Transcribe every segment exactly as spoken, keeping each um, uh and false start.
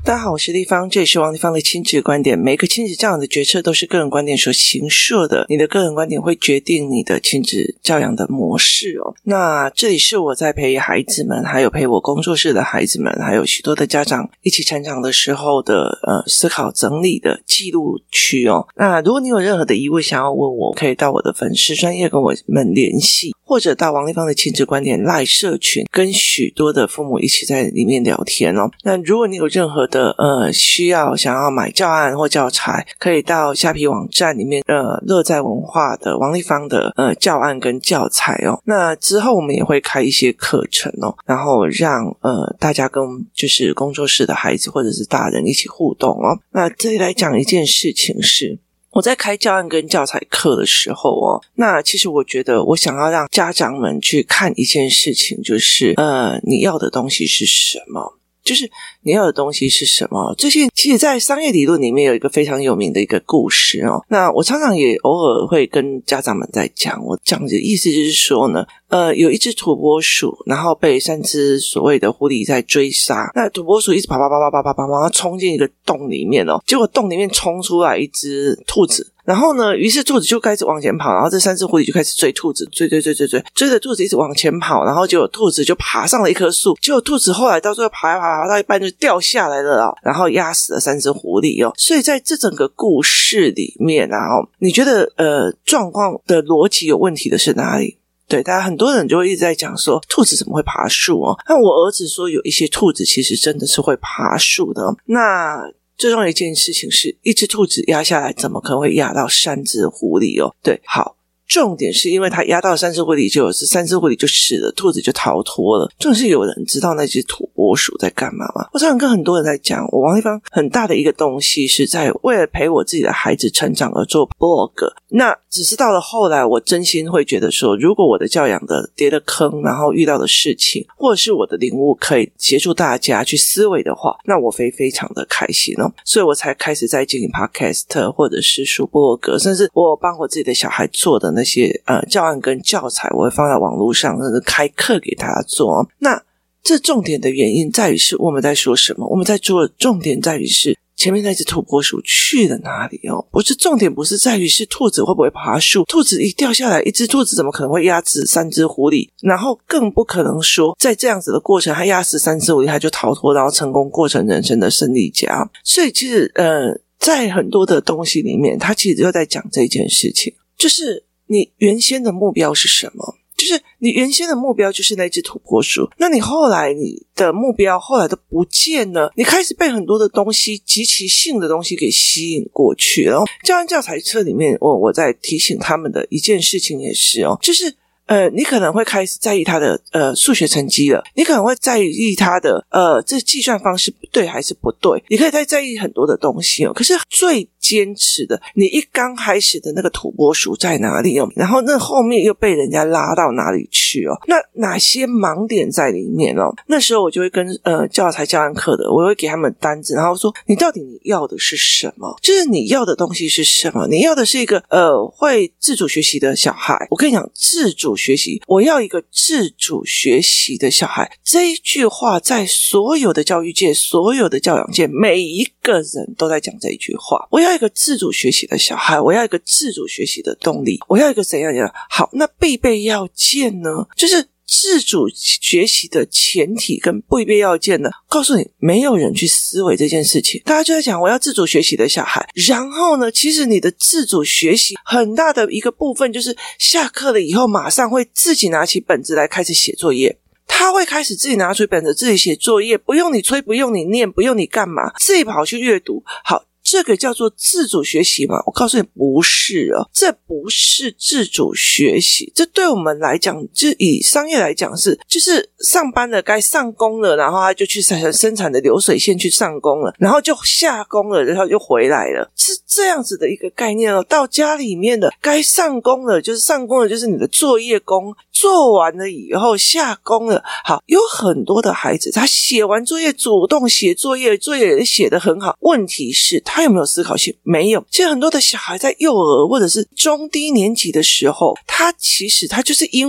大家好，我是立方，这里是王立方的亲子观点。每一个亲子教养的决策都是个人观点所形塑的，你的个人观点会决定你的亲子教养的模式哦。那这里是我在陪孩子们，还有陪我工作室的孩子们，还有许多的家长一起成长的时候的呃思考整理的记录区哦。那如果你有任何的疑问想要问我，可以到我的粉丝专页跟我们联系，或者到王立方的亲子观点 LINE 社群，跟许多的父母一起在里面聊天哦。那如果你有任何的呃需要想要买教案或教材，可以到虾皮网站里面呃乐在文化的王立方的呃教案跟教材哦。那之后我们也会开一些课程哦，然后让呃大家跟就是工作室的孩子或者是大人一起互动哦。那这里来讲一件事情是，我在开教案跟教材课的时候哦，那其实我觉得我想要让家长们去看一件事情，就是呃你要的东西是什么，就是你要的东西是什么。最近其实在商业理论里面有一个非常有名的一个故事哦，那我常常也偶尔会跟家长们在讲，我讲的意思就是说呢，呃，有一只土拨鼠，然后被三只所谓的狐狸在追杀，那土拨鼠一直跑跑跑跑跑跑跑跑，冲进一个洞里面哦，结果洞里面冲出来一只兔子，然后呢，于是兔子就开始往前跑，然后这三只狐狸就开始追兔子，追追追追追，追着兔子一直往前跑，然后结果兔子就爬上了一棵树，结果兔子后来到最后爬爬爬到一半就掉下来了哦，然后压死了三只狐狸哦。所以在这整个故事里面啊，哦，你觉得呃状况的逻辑有问题的是哪里？对，大家很多人就会一直在讲说兔子怎么会爬树哦。那我儿子说有一些兔子其实真的是会爬树的哦。那最重要的一件事情是，一只兔子压下来怎么可能会压到三只狐狸哦？对，好，重点是因为它压到三只狐狸，就有三只狐狸就死了，兔子就逃脱了。重点是有人知道那只土拨鼠在干嘛吗？我常常跟很多人在讲，我王立方很大的一个东西是在为了陪我自己的孩子成长而做 blog。那只是到了后来，我真心会觉得说，如果我的教养的跌的坑，然后遇到的事情，或者是我的领悟可以协助大家去思维的话，那我非非常的开心哦。所以我才开始在经营 podcast 或者是书博格，甚至我帮我自己的小孩做的那些呃教案跟教材，我会放在网络上，甚至开课给大家做哦。那这重点的原因在于是我们在说什么，我们在做的重点在于是前面那只土拨鼠去了哪里哦？不是重点，不是在于是兔子会不会爬树，兔子一掉下来，一只兔子怎么可能会压死三只狐狸？然后更不可能说在这样子的过程，它压死三只狐狸，它就逃脱，然后成功过成人生的胜利家。所以其实呃，在很多的东西里面，它其实就在讲这件事情，就是你原先的目标是什么？就是你原先的目标就是那只土拨鼠，那你后来你的目标后来都不见了，你开始被很多的东西极其性的东西给吸引过去。然后教案教材册里面我我在提醒他们的一件事情也是哦，就是呃，你可能会开始在意他的呃数学成绩了，你可能会在意他的呃这计算方式不对还是不对，你可以再在意很多的东西哦。可是最坚持的，你一刚开始的那个土拨鼠在哪里哦？然后那后面又被人家拉到哪里去哦？那哪些盲点在里面哦？那时候我就会跟呃教材教案课的，我会给他们单子，然后说你到底你要的是什么？就是你要的东西是什么？你要的是一个呃会自主学习的小孩。我跟你讲，自主学习，我要一个自主学习的小孩。这一句话在所有的教育界、所有的教养界，每一个人都在讲这一句话。我要一个自主学习的小孩，我要一个自主学习的动力，我要一个怎样的好？那必备要件呢？就是自主学习的前提跟必备要件呢，告诉你没有人去思维这件事情，大家就在讲我要自主学习的小孩，然后呢，其实你的自主学习很大的一个部分就是下课了以后马上会自己拿起本子来开始写作业。他会开始自己拿出本子自己写作业，不用你催，不用你念，不用你干嘛，自己跑去阅读。好，这个叫做自主学习吗？我告诉你不是哦，这不是自主学习。这对我们来讲，就以商业来讲是，就是上班了该上工了，然后他就去生产的流水线去上工了，然后就下工了，然后就回来了，是这样子的一个概念哦。到家里面的该上工了，就是上工了，就是你的作业工做完了以后下工了。好，有很多的孩子他写完作业主动写作业，作业也写得很好，问题是他有没有思考性？没有。其实很多的小孩在幼儿或者是中低年级的时候，他其实他就是因为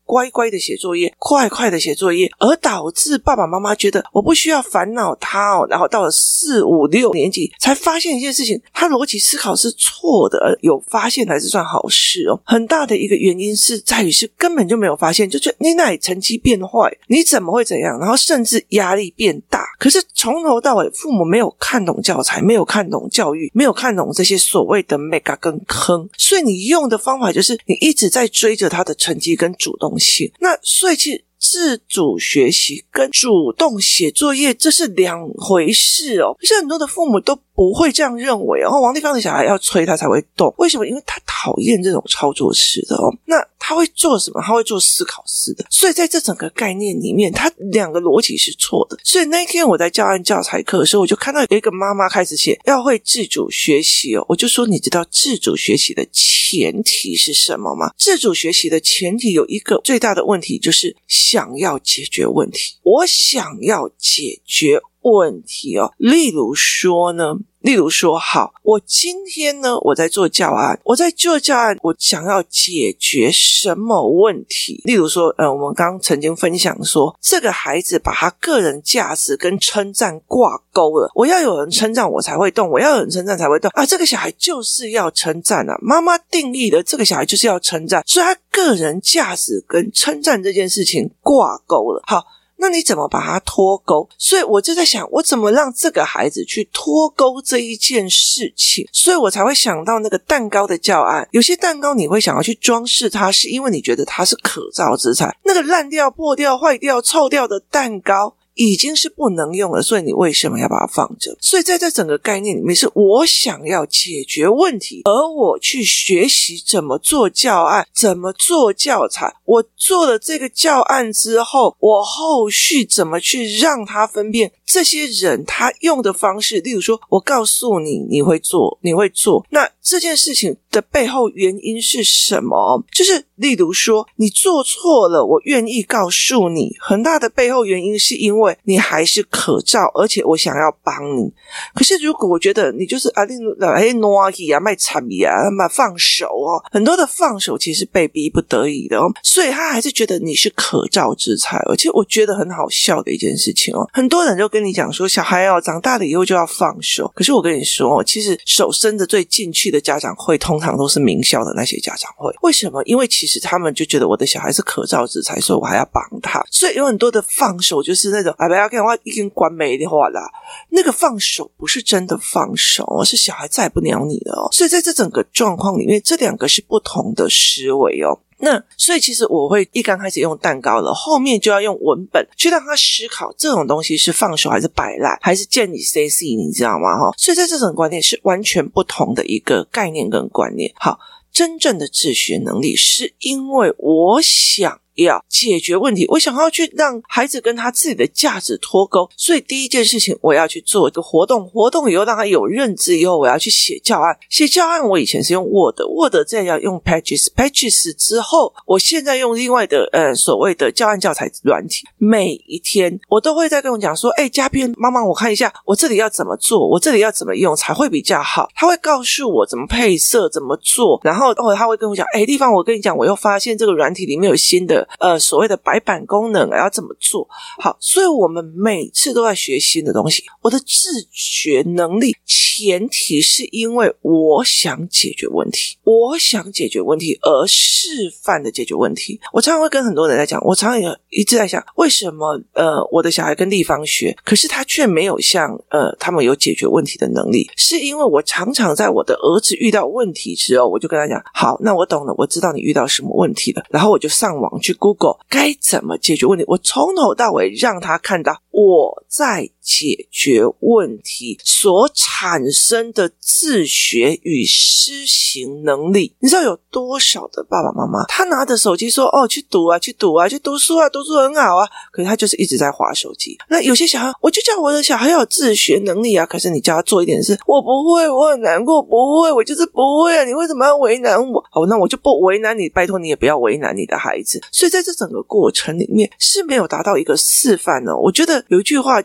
乖乖的写作业，快快的写作业，而导致爸爸妈妈觉得我不需要烦恼他哦，然后到了四五六年级才发现一件事情，他逻辑思考是错的，而有发现还是算好事哦。很大的一个原因是在于是根本就没有发现，就觉得你那里成绩变坏，你怎么会怎样，然后甚至压力变大。可是从头到尾父母没有看懂教材，没有看懂教育，没有看懂这些所谓的 mega 跟坑，所以你用的方法就是你一直在追着他的成绩跟主动性。那所以其实自主学习跟主动写作业这是两回事哦，可是很多的父母都不会这样认为哦。王立芳的小孩要催他才会动，为什么？因为他讨厌这种操作式的哦。那他会做什么？他会做思考式的。所以在这整个概念里面，他两个逻辑是错的。所以那一天我在教案教材课的时候，我就看到有一个妈妈开始写要会自主学习哦。我就说，你知道自主学习的前提是什么吗？自主学习的前提有一个最大的问题，就是想要解决问题。我想要解决问题哦，例如说呢，例如说好，我今天呢我在做教案，我在做教案，我想要解决什么问题？例如说呃，我们刚刚曾经分享说，这个孩子把他个人价值跟称赞挂钩了，我要有人称赞我才会动，我要有人称赞才会动啊，这个小孩就是要称赞啊，妈妈定义的这个小孩就是要称赞，所以他个人价值跟称赞这件事情挂钩了。好，那你怎么把它脱钩？所以我就在想，我怎么让这个孩子去脱钩这一件事情，所以我才会想到那个蛋糕的教案。有些蛋糕你会想要去装饰它，是因为你觉得它是可造之材，那个烂掉破掉坏掉臭掉的蛋糕已经是不能用了，所以你为什么要把它放着？所以在这整个概念里面，是我想要解决问题，而我去学习怎么做教案，怎么做教材。我做了这个教案之后，我后续怎么去让他分辨这些人他用的方式，例如说我告诉你你会做你会做，那这件事情的背后原因是什么？就是例如说你做错了，我愿意告诉你，很大的背后原因是因为你还是可造，而且我想要帮你。可是如果我觉得你就是啊你来挪去啊卖惨呀啊放手哦，很多的放手其实被逼不得已的哦，所以他还是觉得你是可造之材。而且我觉得很好笑的一件事情哦，很多人就跟你讲说小孩哦长大了以后就要放手，可是我跟你说哦，其实手伸得最进去的家长会通常都是名校的那些家长会。为什么？因为其实他们就觉得我的小孩是可造之材，所以我还要帮他。所以有很多的放手就是那种啊不要看我已经关没的话啦，那个放手不是真的放手，是小孩再也不鸟你了哦。所以在这整个状况里面，这两个是不同的思维哦。那所以其实我会一刚开始用蛋糕了，后面就要用文本去让他思考这种东西是放手还是摆烂还是建立 C C， 你知道吗？所以在这种观念是完全不同的一个概念跟观念。好，真正的自学能力是因为我想要解决问题，我想要去让孩子跟他自己的价值脱钩，所以第一件事情我要去做一个活动，活动以后让他有认知以后，我要去写教案，写教案我以前是用 Word Word 再要用 Pages Pages 之后，我现在用另外的呃所谓的教案教材软体，每一天我都会再跟我讲说，诶嘉宾妈妈我看一下我这里要怎么做，我这里要怎么用才会比较好，他会告诉我怎么配色怎么做，然后哦他会跟我讲，诶地方我跟你讲，我又发现这个软体里面有新的呃，所谓的白板功能要怎么做。好，所以我们每次都在学新的东西。我的自学能力前提是因为我想解决问题，我想解决问题而示范的解决问题。我常常会跟很多人在讲，我常常也一直在想，为什么呃我的小孩跟立方学，可是他却没有像呃他们有解决问题的能力，是因为我常常在我的儿子遇到问题之后，我就跟他讲，好，那我懂了，我知道你遇到什么问题了，然后我就上网去 Google该怎么解决问题，我从头到尾让他看到我在解决问题所产生的自学与施行能力。你知道有多少的爸爸妈妈他拿着手机说哦去读啊去读啊去读书啊读书很好啊，可是他就是一直在滑手机。那有些小孩我就叫我的小孩要有自学能力啊，可是你叫他做一点事，我不会，我很难过，不会，我就是不会啊，你为什么要为难我？好，那我就不为难你，拜托你也不要为难你的孩子。所以在这整个过程里面是没有达到一个示范哦。我觉得有一句话就是教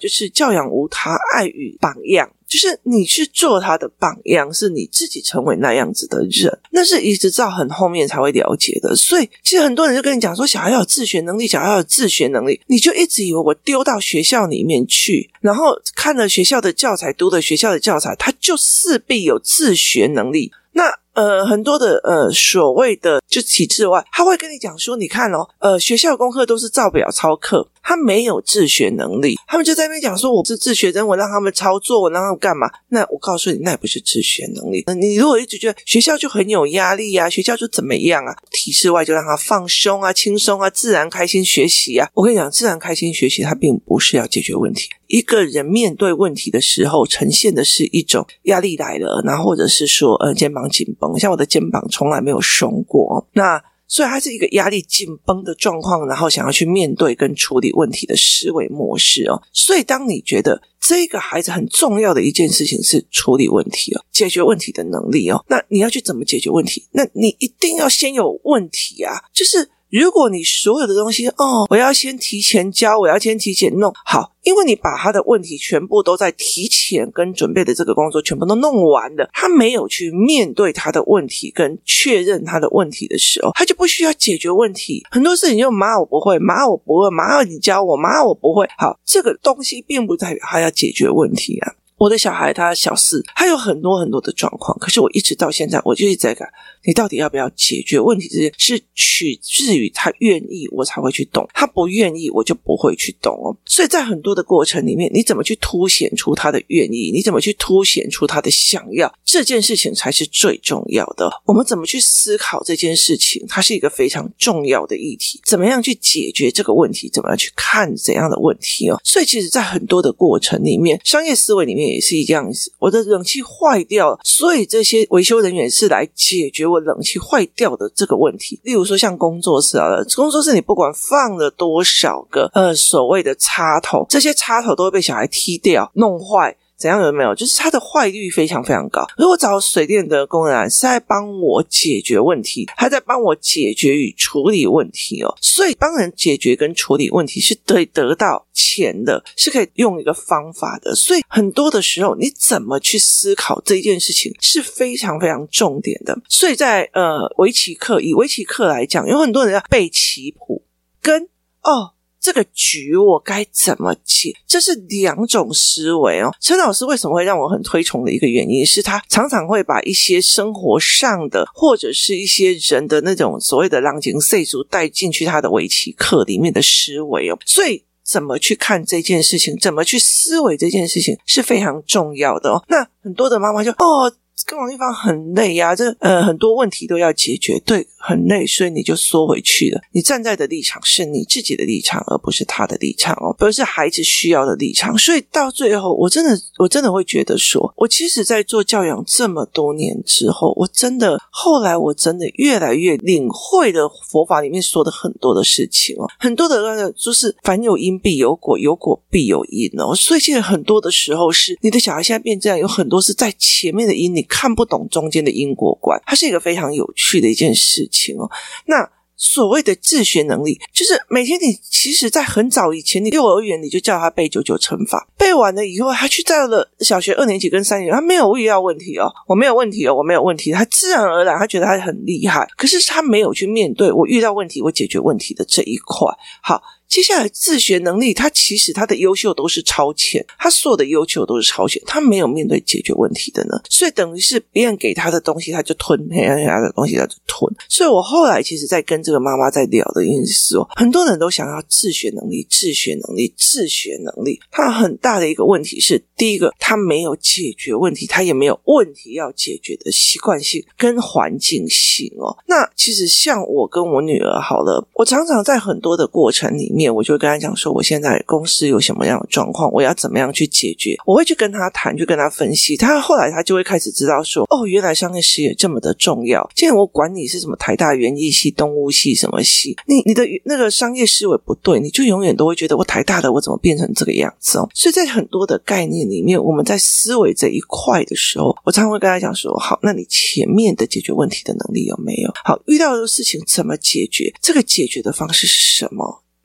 教养无他，爱与榜样，就是你去做他的榜样，是你自己成为那样子的人，那是一直到很后面才会了解的。所以其实很多人就跟你讲说小孩要有自学能力，小孩要有自学能力，你就一直以为我丢到学校里面去，然后看了学校的教材，读了学校的教材，他就势必有自学能力。那呃，很多的呃所谓的就体制外，他会跟你讲说，你看哦，呃，学校功课都是照表操课，他没有自学能力，他们就在那边讲说我是自学生，我让他们操作，我让他们干嘛？那我告诉你，那也不是自学能力。你如果一直觉得学校就很有压力啊，学校就怎么样啊，体制外就让他放松啊、轻松啊、自然开心学习啊。我跟你讲，自然开心学习它并不是要解决问题。一个人面对问题的时候，呈现的是一种压力来了，然后或者是说呃肩膀紧绷，像我的肩膀从来没有松过，那所以它是一个压力紧绷的状况，然后想要去面对跟处理问题的思维模式哦。所以当你觉得这个孩子很重要的一件事情是处理问题哦，解决问题的能力哦，那你要去怎么解决问题？那你一定要先有问题啊，就是如果你所有的东西哦，我要先提前教，我要先提前弄好，因为你把他的问题全部都在提前跟准备的这个工作全部都弄完了，他没有去面对他的问题跟确认他的问题的时候，他就不需要解决问题。很多事情就妈我不会，妈我不会，妈你教我，妈我不会。好，这个东西并不代表他要解决问题啊。我的小孩他小四，他有很多很多的状况，可是我一直到现在我就一直在看你到底要不要解决问题，这些是取自于他愿意我才会去动，他不愿意我就不会去动哦。所以在很多的过程里面，你怎么去凸显出他的愿意，你怎么去凸显出他的想要，这件事情才是最重要的。我们怎么去思考这件事情，它是一个非常重要的议题，怎么样去解决这个问题，怎么样去看怎样的问题哦。所以其实在很多的过程里面，商业思维里面也是一样，我的冷气坏掉了，所以这些维修人员是来解决我冷气坏掉的这个问题。例如说像工作室啊，工作室你不管放了多少个呃所谓的插头，这些插头都会被小孩踢掉弄坏，怎样有没有？就是它的坏率非常非常高。如果找水电的工人来是在帮我解决问题，他在帮我解决与处理问题哦。所以帮人解决跟处理问题是可以得到钱的，是可以用一个方法的。所以很多的时候你怎么去思考这件事情是非常非常重点的。所以在呃围棋课，以围棋课来讲，有很多人要背棋谱跟哦这个局我该怎么解，这是两种思维哦。陈老师为什么会让我很推崇的一个原因是他常常会把一些生活上的或者是一些人的那种所谓的人情世俗带进去他的围棋课里面的思维哦。所以怎么去看这件事情，怎么去思维这件事情是非常重要的哦。那很多的妈妈就哦跟王一芳很累啊，这呃很多问题都要解决，对，很累，所以你就缩回去了。你站在的立场是你自己的立场，而不是他的立场哦，不是孩子需要的立场。所以到最后，我真的我真的会觉得说，我其实在做教养这么多年之后，我真的后来我真的越来越领会了佛法里面说的很多的事情哦，很多的就是凡有因必有果，有果必有因哦。所以其实很多的时候是你的小孩现在变这样，有很多是在前面的因你看不懂中间的因果观，它是一个非常有趣的一件事情哦。那所谓的自学能力，就是每天你其实在很早以前，你幼儿园你就叫他背九九乘法，背完了以后，他去到了小学二年级跟三年级，他没有遇到问题哦，我没有问题哦，我没有问题，他自然而然他觉得他很厉害，可是他没有去面对我遇到问题我解决问题的这一块。好，接下来自学能力，他其实他的优秀都是超前，他所有的优秀都是超前，他没有面对解决问题的呢，所以等于是别人给他的东西他就吞，别人给他的东西他就吞。所以我后来其实在跟这个妈妈在聊的意思是说，很多人都想要自学能力自学能力自学能力，他很大的一个问题是，第一个他没有解决问题，他也没有问题要解决的习惯性跟环境性哦。那其实像我跟我女儿好了，我常常在很多的过程里面我就会跟他讲说，我现在公司有什么样的状况，我要怎么样去解决，我会去跟他谈，去跟他分析，他后来他就会开始知道说，哦，原来商业事业这么的重要。既然我管你是什么台大园艺系动物系什么系，你你的那个商业思维不对，你就永远都会觉得我台大的我怎么变成这个样子哦。所以在很多的概念里面，我们在思维这一块的时候，我常常会跟他讲说，好，那你前面的解决问题的能力有没有？好，遇到的事情怎么解决，这个解决的方式是什么？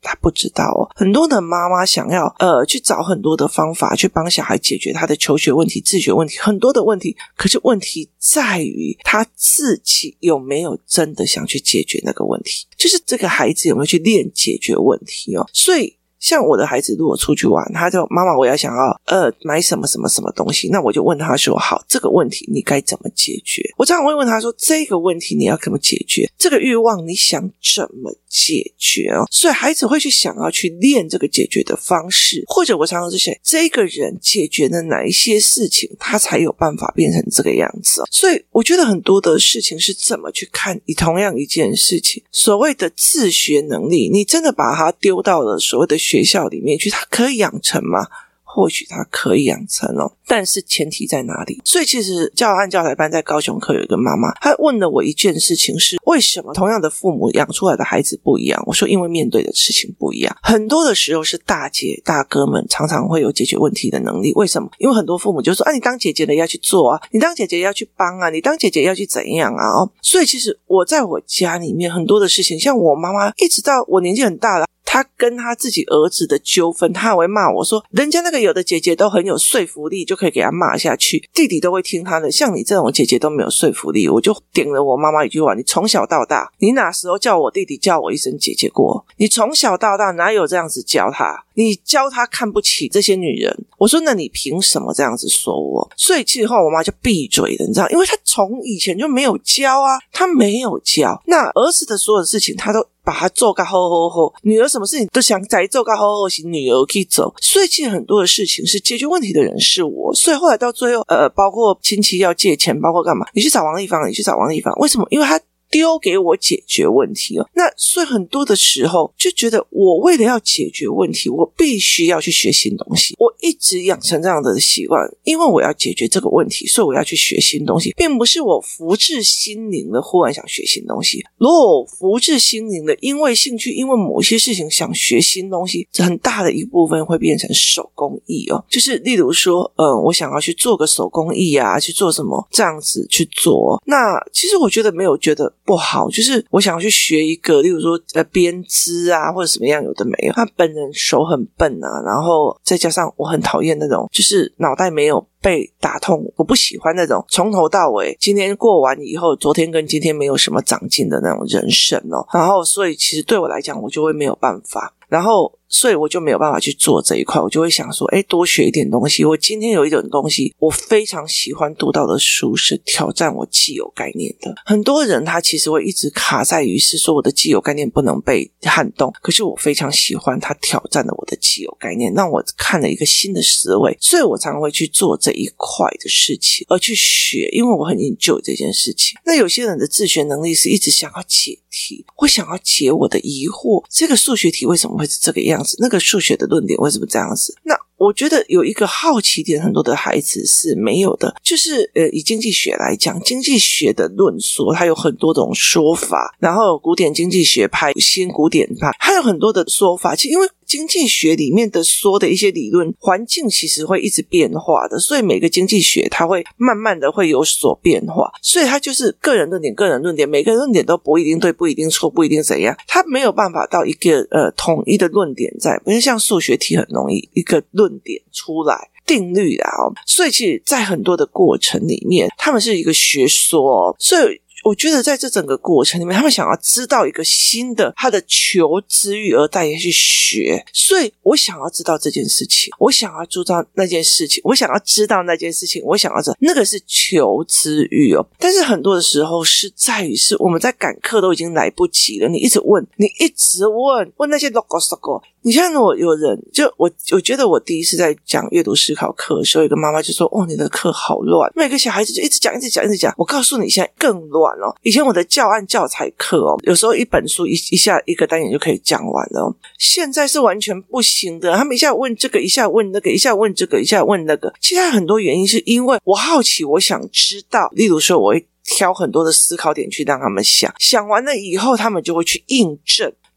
他不知道哦。很多的妈妈想要呃去找很多的方法去帮小孩解决他的求学问题、自学问题，很多的问题，可是问题在于他自己有没有真的想去解决那个问题，就是这个孩子有没有去练解决问题哦。所以像我的孩子如果出去玩，他就妈妈我要想要呃买什么什么什么东西，那我就问他说好，这个问题你该怎么解决。我常常会问他说这个问题你要怎么解决，这个欲望你想怎么解决哦。所以孩子会去想要去练这个解决的方式，或者我常常就想这个人解决了哪一些事情他才有办法变成这个样子哦。所以我觉得很多的事情是怎么去看你同样一件事情，所谓的自学能力，你真的把它丢到了所谓的学校里面去，它可以养成吗？或许它可以养成哦，但是前提在哪里？所以其实教案教材班在高雄课有一个妈妈，她问了我一件事情是，为什么同样的父母养出来的孩子不一样？我说因为面对的事情不一样，很多的时候是大姐大哥们常常会有解决问题的能力。为什么？因为很多父母就说啊，你当姐姐的要去做啊，你当姐姐要去帮啊，你当姐姐要去怎样啊哦。所以其实我在我家里面很多的事情，像我妈妈一直到我年纪很大了，他跟他自己儿子的纠纷，他还会骂我说人家那个有的姐姐都很有说服力，就可以给他骂下去，弟弟都会听他的，像你这种姐姐都没有说服力。我就点了我妈妈一句话，你从小到大你哪时候叫我弟弟叫我一声姐姐过？你从小到大哪有这样子教他？你教他看不起这些女人，我说那你凭什么这样子说我？所以其实后来我妈就闭嘴了，你知道，因为她从以前就没有教啊，她没有教，那儿子的所有事情她都把他做个好好好，女儿什么事情都想在做个好好型，女儿可以走。所以其实很多的事情是解决问题的人是我，所以后来到最后呃，包括亲戚要借钱，包括干嘛，你去找王立芳，你去找王立芳，为什么？因为他丢给我解决问题哦。那所以很多的时候就觉得我为了要解决问题，我必须要去学新东西。我一直养成这样的习惯，因为我要解决这个问题，所以我要去学新东西，并不是我福至心灵的忽然想学新东西。如果我福至心灵的因为兴趣，因为某些事情想学新东西，很大的一部分会变成手工艺哦。就是例如说呃，我想要去做个手工艺啊，去做什么这样子去做。那其实我觉得没有觉得不好，就是我想要去学一个例如说呃编织啊或者什么样有的没有，他本人手很笨啊，然后再加上我很讨厌那种就是脑袋没有被打通，我不喜欢那种从头到尾今天过完以后昨天跟今天没有什么长进的那种人生哦。然后所以其实对我来讲我就会没有办法，然后所以我就没有办法去做这一块。我就会想说诶多学一点东西，我今天有一种东西我非常喜欢读到的书是挑战我既有概念的。很多人他其实会一直卡在于是说我的既有概念不能被撼动，可是我非常喜欢他挑战了我的既有概念，让我看了一个新的思维，所以我常常会去做这一块的事情而去学，因为我很 enjoy 这件事情。那有些人的自学能力是一直想要解题，我想要解我的疑惑，这个数学题为什么会是这个样子，那个数学的论点为什么这样子。那我觉得有一个好奇点很多的孩子是没有的，就是呃，以经济学来讲，经济学的论说它有很多种说法，然后古典经济学派、新古典派，还有很多的说法。其实因为经济学里面的说的一些理论环境其实会一直变化的，所以每个经济学它会慢慢的会有所变化，所以它就是个人论点个人论点，每个论点都不一定对，不一定错，不一定怎样，它没有办法到一个呃统一的论点在，不是像数学题很容易一个论点出来定律啦哦。所以其实在很多的过程里面他们是一个学说哦，所以我觉得在这整个过程里面他们想要知道一个新的他的求知欲而带去学，所以我想要知道这件事情，我想要知道那件事情，我想要知道那件事情，我想要知道那个是求知欲哦。但是很多的时候是在于是我们在赶课都已经来不及了，你一直问你一直问问那些 logo logo。你像我有人就我我觉得我第一次在讲阅读思考课的时候，有一个妈妈就说哦你的课好乱，每个小孩子就一直讲一直讲一直讲。我告诉你现在更乱哦，以前我的教案教材课哦，有时候一本书一一下一个单元就可以讲完了哦，现在是完全不行的，他们一下问这个一下问那个一下问这个一下问那个。其实很多原因是因为我好奇，我想知道，例如说我会挑很多的思考点去让他们想，想完了以后他们就会去印证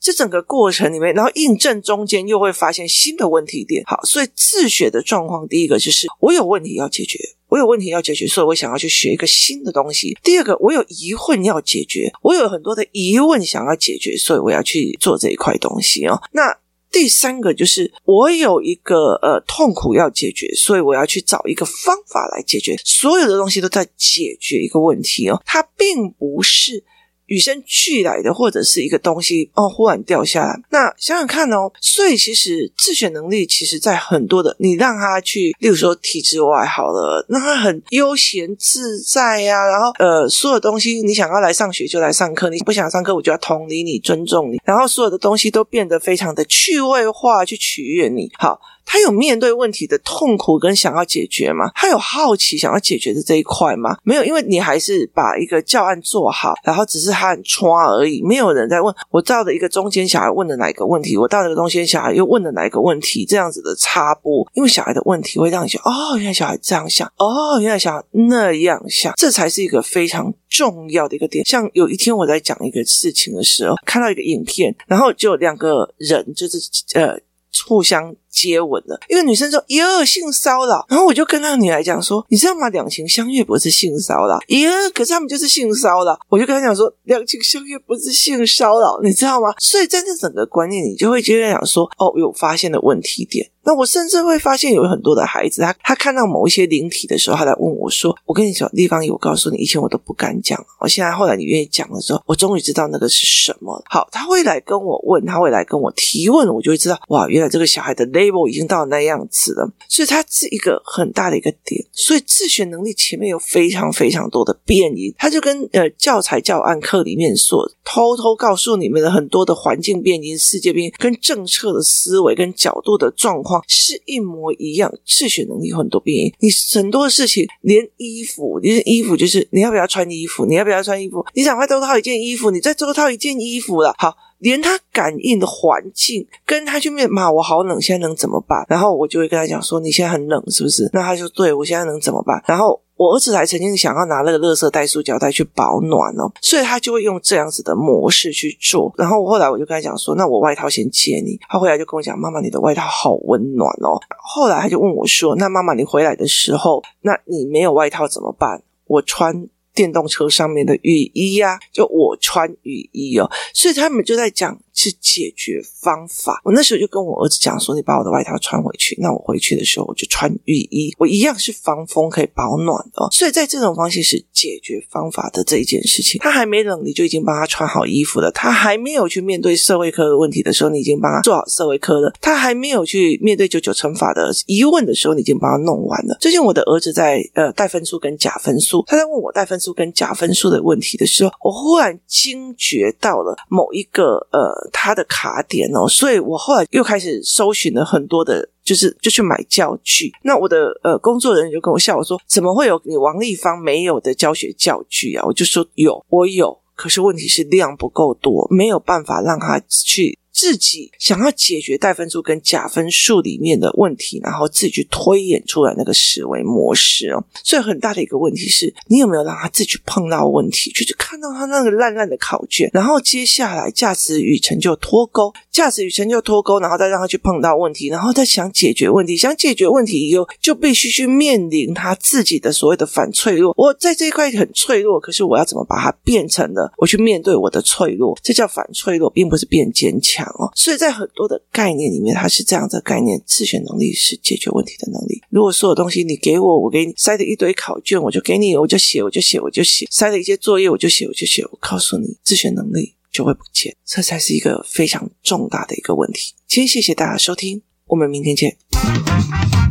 这整个过程里面，然后印证中间又会发现新的问题点。好，所以自学的状况，第一个就是我有问题要解决，我有问题要解决，所以我想要去学一个新的东西。第二个，我有疑问要解决，我有很多的疑问想要解决，所以我要去做这一块东西哦。那第三个就是我有一个呃痛苦要解决，所以我要去找一个方法来解决。所有的东西都在解决一个问题哦，它并不是与生俱来的，或者是一个东西哦忽然掉下来。那想想看哦，所以其实自学能力其实在很多的，你让他去例如说体制外好了，让他很悠闲自在啊，然后呃所有东西你想要来上学就来上课，你不想上课我就要同理你尊重你，然后所有的东西都变得非常的趣味化去取悦你。好，他有面对问题的痛苦跟想要解决吗？他有好奇想要解决的这一块吗？没有，因为你还是把一个教案做好，然后只是他很刷而已，没有人在问我到了一个中间小孩问了哪一个问题，我到了一个中间小孩又问了哪一个问题，这样子的插播。因为小孩的问题会让你想，哦，原来小孩这样想，哦，原来小孩那样想，这才是一个非常重要的一个点。像有一天我在讲一个事情的时候，看到一个影片，然后就两个人就是呃互相接吻了，一个女生说哟性骚扰，然后我就跟那个女孩讲说，你知道吗，两情相悦不是性骚扰，哟可是他们就是性骚扰。我就跟她讲说两情相悦不是性骚扰，你知道吗？所以在这整个观念你就会觉得讲说，哦，有发现的问题点。那我甚至会发现有很多的孩子，他他看到某一些灵体的时候，他来问我说，我跟你讲地方有，我告诉你以前我都不敢讲，我现在后来你愿意讲的时候，我终于知道那个是什么。好，他会来跟我问，他会来跟我提问，我就会知道，哇，原来这个小孩的 level 已经到那样子了，所以它是一个很大的一个点。所以自学能力前面有非常非常多的变因，它就跟呃教材教案课里面所偷偷告诉你们的很多的环境变因、世界变因跟政策的思维跟角度的状况是一模一样。自学能力有很多变因，你很多事情，连衣服，你的衣服就是你要不要穿衣服，你要不要穿衣服，你想快多套一件衣服，你再多套一件衣服了。好，连他感应的环境跟他去面妈我好冷，现在能怎么办？然后我就会跟他讲说，你现在很冷是不是？那他就对，我现在能怎么办？然后我儿子还曾经想要拿那个垃圾袋塑胶袋去保暖哦，所以他就会用这样子的模式去做。然后后来我就跟他讲说，那我外套先借你。他回来就跟我讲，妈妈你的外套好温暖哦。后来他就问我说，那妈妈你回来的时候，那你没有外套怎么办？我穿电动车上面的雨衣啊，就我穿雨衣哦。所以他们就在讲是解决方法。我那时候就跟我儿子讲说，你把我的外套穿回去，那我回去的时候我就穿雨衣，我一样是防风可以保暖的哦。所以在这种方式是解决方法的这一件事情，他还没冷你就已经帮他穿好衣服了，他还没有去面对社会科的问题的时候，你已经帮他做好社会科了，他还没有去面对九九乘法的疑问的时候，你已经帮他弄完了。最近我的儿子在呃带分数跟假分数，他在问我带分数跟假分数的问题的时候，我忽然惊觉到了某一个呃他的卡点哦，所以我后来又开始搜寻了很多的就是就去买教具。那我的呃工作人员就跟我笑我说，怎么会有你王立芳没有的教学教具啊？我就说有，我有，可是问题是量不够多，没有办法让他去自己想要解决带分数跟假分数里面的问题，然后自己去推演出来那个思维模式哦。所以很大的一个问题是，你有没有让他自己去碰到问题，就去看到他那个烂烂的考卷，然后接下来价值与成就脱钩，价值与成就脱钩，然后再让他去碰到问题，然后再想解决问题，想解决问题以后就必须去面临他自己的所谓的反脆弱。我在这一块很脆弱，可是我要怎么把它变成了我去面对我的脆弱，这叫反脆弱，并不是变坚强哦。所以在很多的概念里面，它是这样的概念，自学能力是解决问题的能力。如果所有东西你给我，我给你塞了一堆考卷，我就给你，我就写我就写我就写，塞了一些作业我就写我就写，我告诉你，自学能力就会不见，这才是一个非常重大的一个问题。今天谢谢大家收听，我们明天见。